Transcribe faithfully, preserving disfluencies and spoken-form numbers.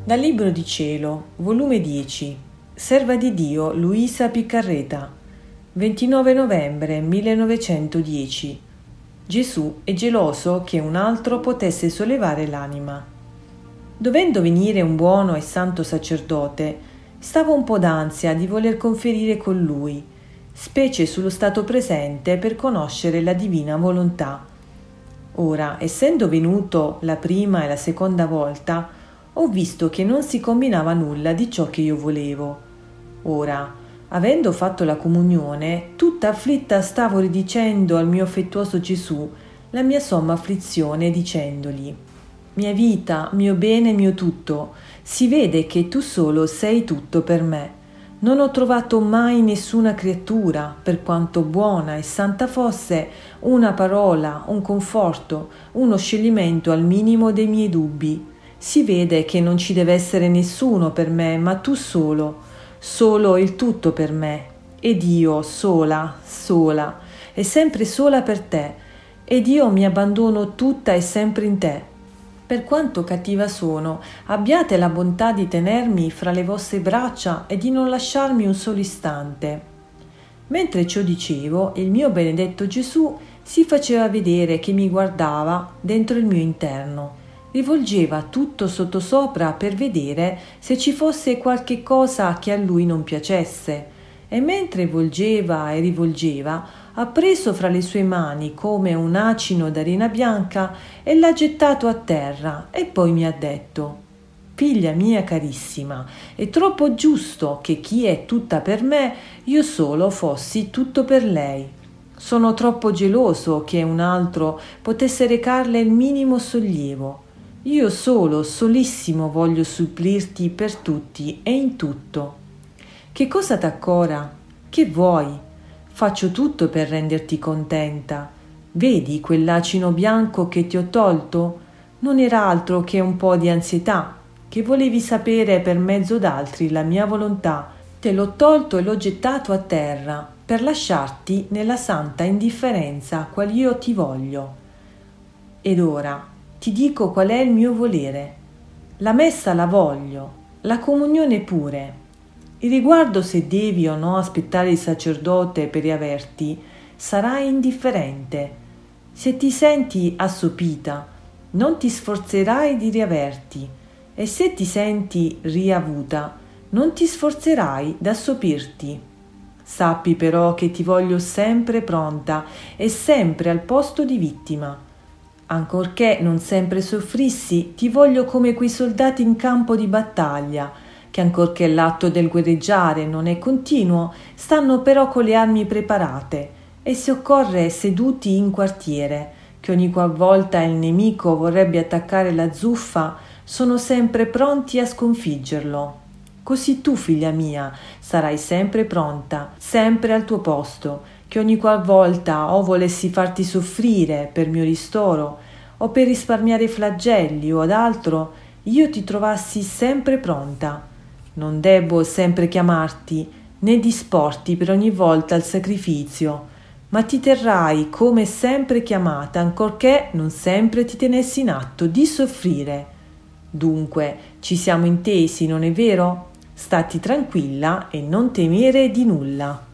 Dal Libro di Cielo, volume dieci, Serva di Dio Luisa Piccarreta, ventinove novembre millenovecentodieci. Gesù è geloso che un altro potesse sollevare l'anima. Dovendo venire un buono e santo sacerdote, stavo un po' d'ansia di voler conferire con lui, specie sullo stato presente per conoscere la divina volontà. Ora, essendo venuto la prima e la seconda volta, ho visto che non si combinava nulla di ciò che io volevo. Ora, avendo fatto la comunione, tutta afflitta stavo ridicendo al mio affettuoso Gesù la mia somma afflizione, dicendogli: mia vita, mio bene, mio tutto, si vede che tu solo sei tutto per me. Non ho trovato mai nessuna creatura, per quanto buona e santa fosse, una parola, un conforto, uno scioglimento al minimo dei miei dubbi. Si vede che non ci deve essere nessuno per me, ma tu solo, solo il tutto per me. Ed io sola, sola, e sempre sola per te, ed io mi abbandono tutta e sempre in te. Per quanto cattiva sono, abbiate la bontà di tenermi fra le vostre braccia e di non lasciarmi un solo istante. Mentre ciò dicevo, il mio benedetto Gesù si faceva vedere che mi guardava dentro il mio interno. Rivolgeva tutto sottosopra per vedere se ci fosse qualche cosa che a lui non piacesse, e mentre volgeva e rivolgeva, ha preso fra le sue mani come un acino d'arena bianca e l'ha gettato a terra, e poi mi ha detto: figlia mia carissima, è troppo giusto che chi è tutta per me, io solo fossi tutto per lei. Sono troppo geloso che un altro potesse recarle il minimo sollievo. Io solo, solissimo voglio supplirti per tutti e in tutto. Che cosa t'accora? Che vuoi? Faccio tutto per renderti contenta. Vedi quell'acino bianco che ti ho tolto? Non era altro che un po' di ansietà, che volevi sapere per mezzo d'altri la mia volontà. Te l'ho tolto e l'ho gettato a terra, per lasciarti nella santa indifferenza qual io ti voglio. Ed ora ti dico qual è il mio volere. La messa la voglio, la comunione pure. Il riguardo se devi o no aspettare il sacerdote per riaverti sarai indifferente. Se ti senti assopita, non ti sforzerai di riaverti, e se ti senti riavuta, non ti sforzerai d'assopirti. Sappi però che ti voglio sempre pronta e sempre al posto di vittima. Ancorché non sempre soffrissi, ti voglio come quei soldati in campo di battaglia, che ancorché l'atto del guerreggiare non è continuo, stanno però con le armi preparate, e se occorre seduti in quartiere, che ogni qualvolta il nemico vorrebbe attaccare la zuffa, sono sempre pronti a sconfiggerlo. Così tu, figlia mia, sarai sempre pronta, sempre al tuo posto, che ogni qualvolta o volessi farti soffrire per mio ristoro, o per risparmiare flagelli o ad altro, io ti trovassi sempre pronta. Non debbo sempre chiamarti, né disporti per ogni volta al sacrificio, ma ti terrai come sempre chiamata, ancorché non sempre ti tenessi in atto di soffrire. Dunque, ci siamo intesi, non è vero? Stati tranquilla e non temere di nulla.